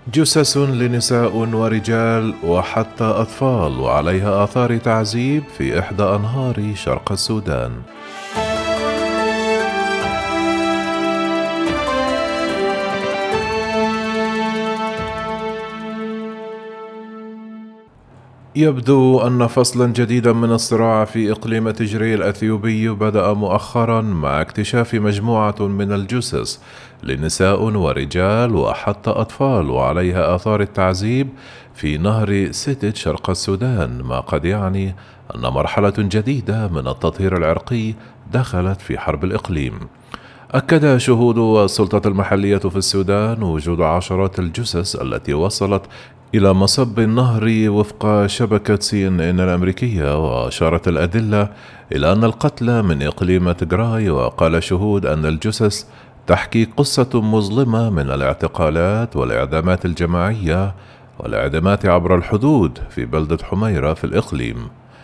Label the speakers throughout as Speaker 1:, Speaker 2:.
Speaker 1: جثث لنساء ورجال وحتى أطفال وعليها آثار تعذيب في إحدى أنهار شرق السودان. يبدو أن فصلا جديدا من الصراع في إقليم تجري الأثيوبي بدأ مؤخرا مع اكتشاف مجموعة من الجثث لنساء ورجال وحتى أطفال وعليها آثار التعذيب في نهر سيتيت شرق السودان، ما قد يعني أن مرحلة جديدة من التطهير العرقي دخلت في حرب الإقليم. أكد شهود والسلطات المحلية في السودان وجود عشرات الجثث التي وصلت إلى مصب النهر وفق شبكة CNN الأمريكية، وأشارت الأدلة إلى أن القتلى من إقليم تيغراي. وقال شهود أن الجثث تحكي قصة مظلمة من الاعتقالات والإعدامات الجماعية والإعدامات عبر الحدود في بلدة حميرة في الإقليم.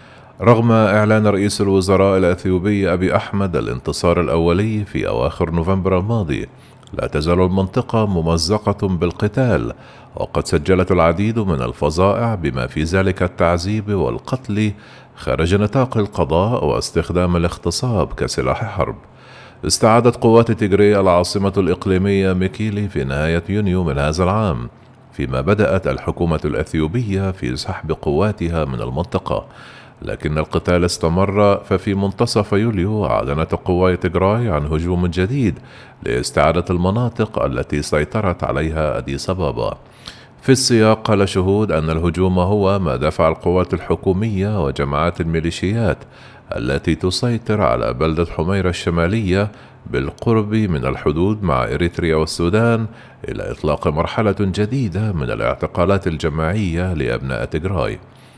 Speaker 1: رغم إعلان رئيس الوزراء الأثيوبي أبي أحمد الانتصار الأولي في أواخر نوفمبر الماضي، لا تزال المنطقة ممزقة بالقتال، وقد سجلت العديد من الفظائع بما في ذلك التعذيب والقتل خارج نطاق القضاء واستخدام الاغتصاب كسلاح حرب. استعادت قوات تيغري العاصمة الإقليمية ميكيلي في نهاية يونيو من هذا العام، فيما بدأت الحكومة الأثيوبية في سحب قواتها من المنطقة، لكن القتال استمر. ففي منتصف يوليو أعلنت قوات تيغراي عن هجوم جديد لاستعادة المناطق التي سيطرت عليها أديس أبابا. في السياق قال شهود أن الهجوم هو ما دفع القوات الحكومية وجماعات الميليشيات التي تسيطر على بلدة حميرة الشمالية بالقرب من الحدود مع إريتريا والسودان إلى إطلاق مرحلة جديدة من الاعتقالات الجماعية لأبناء تيغراي.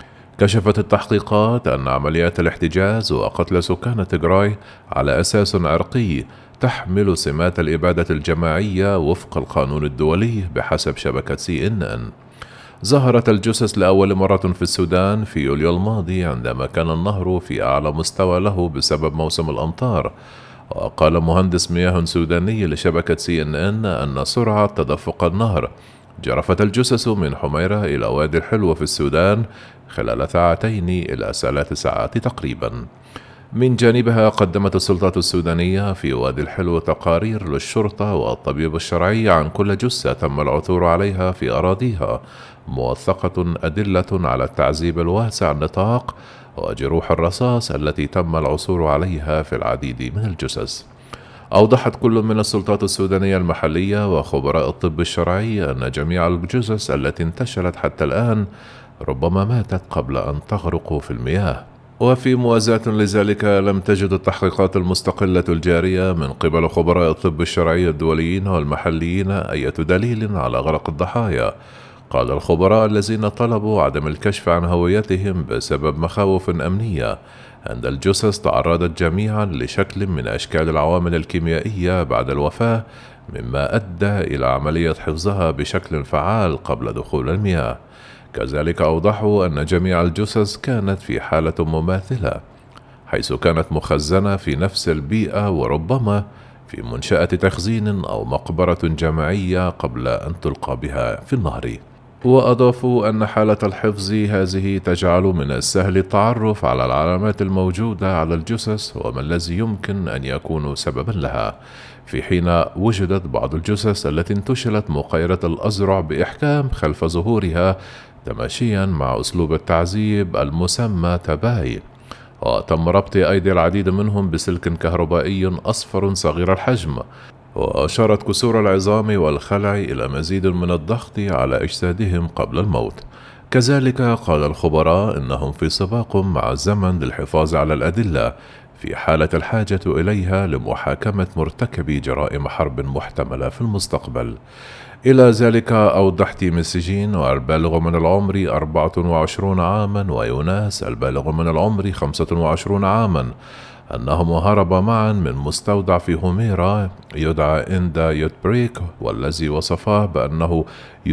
Speaker 1: كشفت التحقيقات أن عمليات الاحتجاز وقتل سكان تيغراي على أساس عرقي تحمل سمات الإبادة الجماعية وفق القانون الدولي بحسب شبكة CNN. ظهرت الجثث لأول مرة في السودان في يوليو الماضي عندما كان النهر في أعلى مستوى له بسبب موسم الأمطار. وقال مهندس مياه سوداني لشبكة CNN أن سرعة تدفق النهر جرفت الجثث من حميرة إلى وادي الحلو في السودان خلال 2 إلى 3 ساعات تقريبا. من جانبها قدمت السلطات السودانية في وادي الحلو تقارير للشرطة والطبيب الشرعي عن كل جثة تم العثور عليها في أراضيها، موثقة أدلة على التعذيب الواسع النطاق وجروح الرصاص التي تم العثور عليها في العديد من الجثث. أوضحت كل من السلطات السودانية المحلية وخبراء الطب الشرعي أن جميع الجثث التي انتشلت حتى الآن ربما ماتت قبل أن تغرق في المياه. وفي موازاة لذلك، لم تجد التحقيقات المستقلة الجارية من قبل خبراء الطب الشرعي الدوليين والمحليين أي دليل على غرق الضحايا. قال الخبراء الذين طلبوا عدم الكشف عن هويتهم بسبب مخاوف أمنية أن الجثث تعرضت جميعا لشكل من أشكال العوامل الكيميائية بعد الوفاة، مما أدى إلى عملية حفظها بشكل فعال قبل دخول المياه. كذلك أوضحوا أن جميع الجثث كانت في حالة مماثلة، حيث كانت مخزنة في نفس البيئة وربما في منشأة تخزين أو مقبرة جماعية قبل أن تلقى بها في النهر. وأضافوا أن حالة الحفظ هذه تجعل من السهل التعرف على العلامات الموجودة على الجثث وما الذي يمكن أن يكون سببا لها، في حين وجدت بعض الجثث التي انتشلت مقيرة الأذرع بإحكام خلف ظهورها تماشيا مع أسلوب التعذيب المسمى تباي، وتم ربط أيدي العديد منهم بسلك كهربائي أصفر صغير الحجم. وأشارت كسور العظام والخلع إلى مزيد من الضغط على أجسادهم قبل الموت. كذلك قال الخبراء إنهم في سباق مع الزمن للحفاظ على الأدلة في حالة الحاجة إليها لمحاكمة مرتكبي جرائم حرب محتملة في المستقبل. إلى ذلك أوضح تيمسجين البالغ من العمر 24 عاما ويوناس البالغ من العمر 25 عاما أنهم هربا معا من مستودع في هوميرا يدعى إندا يوتبريك، والذي وصفاه بأنه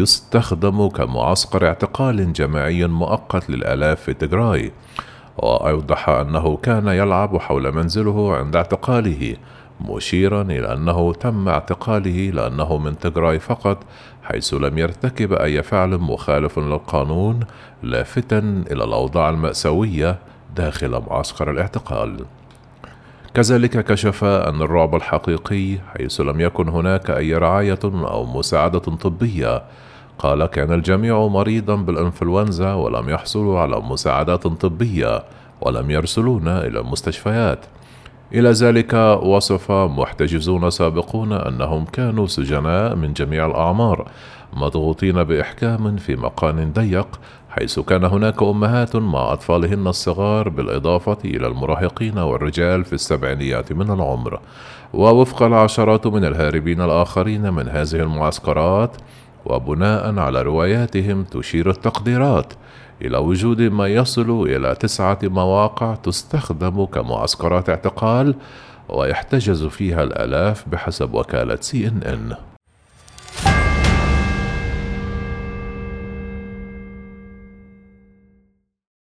Speaker 1: يستخدم كمعسكر اعتقال جماعي مؤقت للآلاف في تيغراي. وأوضح أنه كان يلعب حول منزله عند اعتقاله، مشيرا إلى أنه تم اعتقاله لأنه من تيغراي فقط، حيث لم يرتكب أي فعل مخالف للقانون، لافتا إلى الأوضاع المأساوية داخل معسكر الاعتقال. كذلك كشف أن الرعب الحقيقي حيث لم يكن هناك أي رعاية أو مساعدة طبية. قال: كان الجميع مريضا بالإنفلونزا ولم يحصلوا على مساعدات طبية ولم يرسلونا إلى المستشفيات. إلى ذلك وصف محتجزون سابقون أنهم كانوا سجناء من جميع الأعمار مضغوطين بإحكام في مكان ضيق، حيث كان هناك أمهات مع أطفالهن الصغار بالإضافة إلى المراهقين والرجال في السبعينيات من العمر. ووفق العشرات من الهاربين الآخرين من هذه المعسكرات، وبناء على رواياتهم، تشير التقديرات إلى وجود ما يصل إلى 9 مواقع تستخدم كمعسكرات اعتقال، ويحتجز فيها الآلاف بحسب وكالة CNN.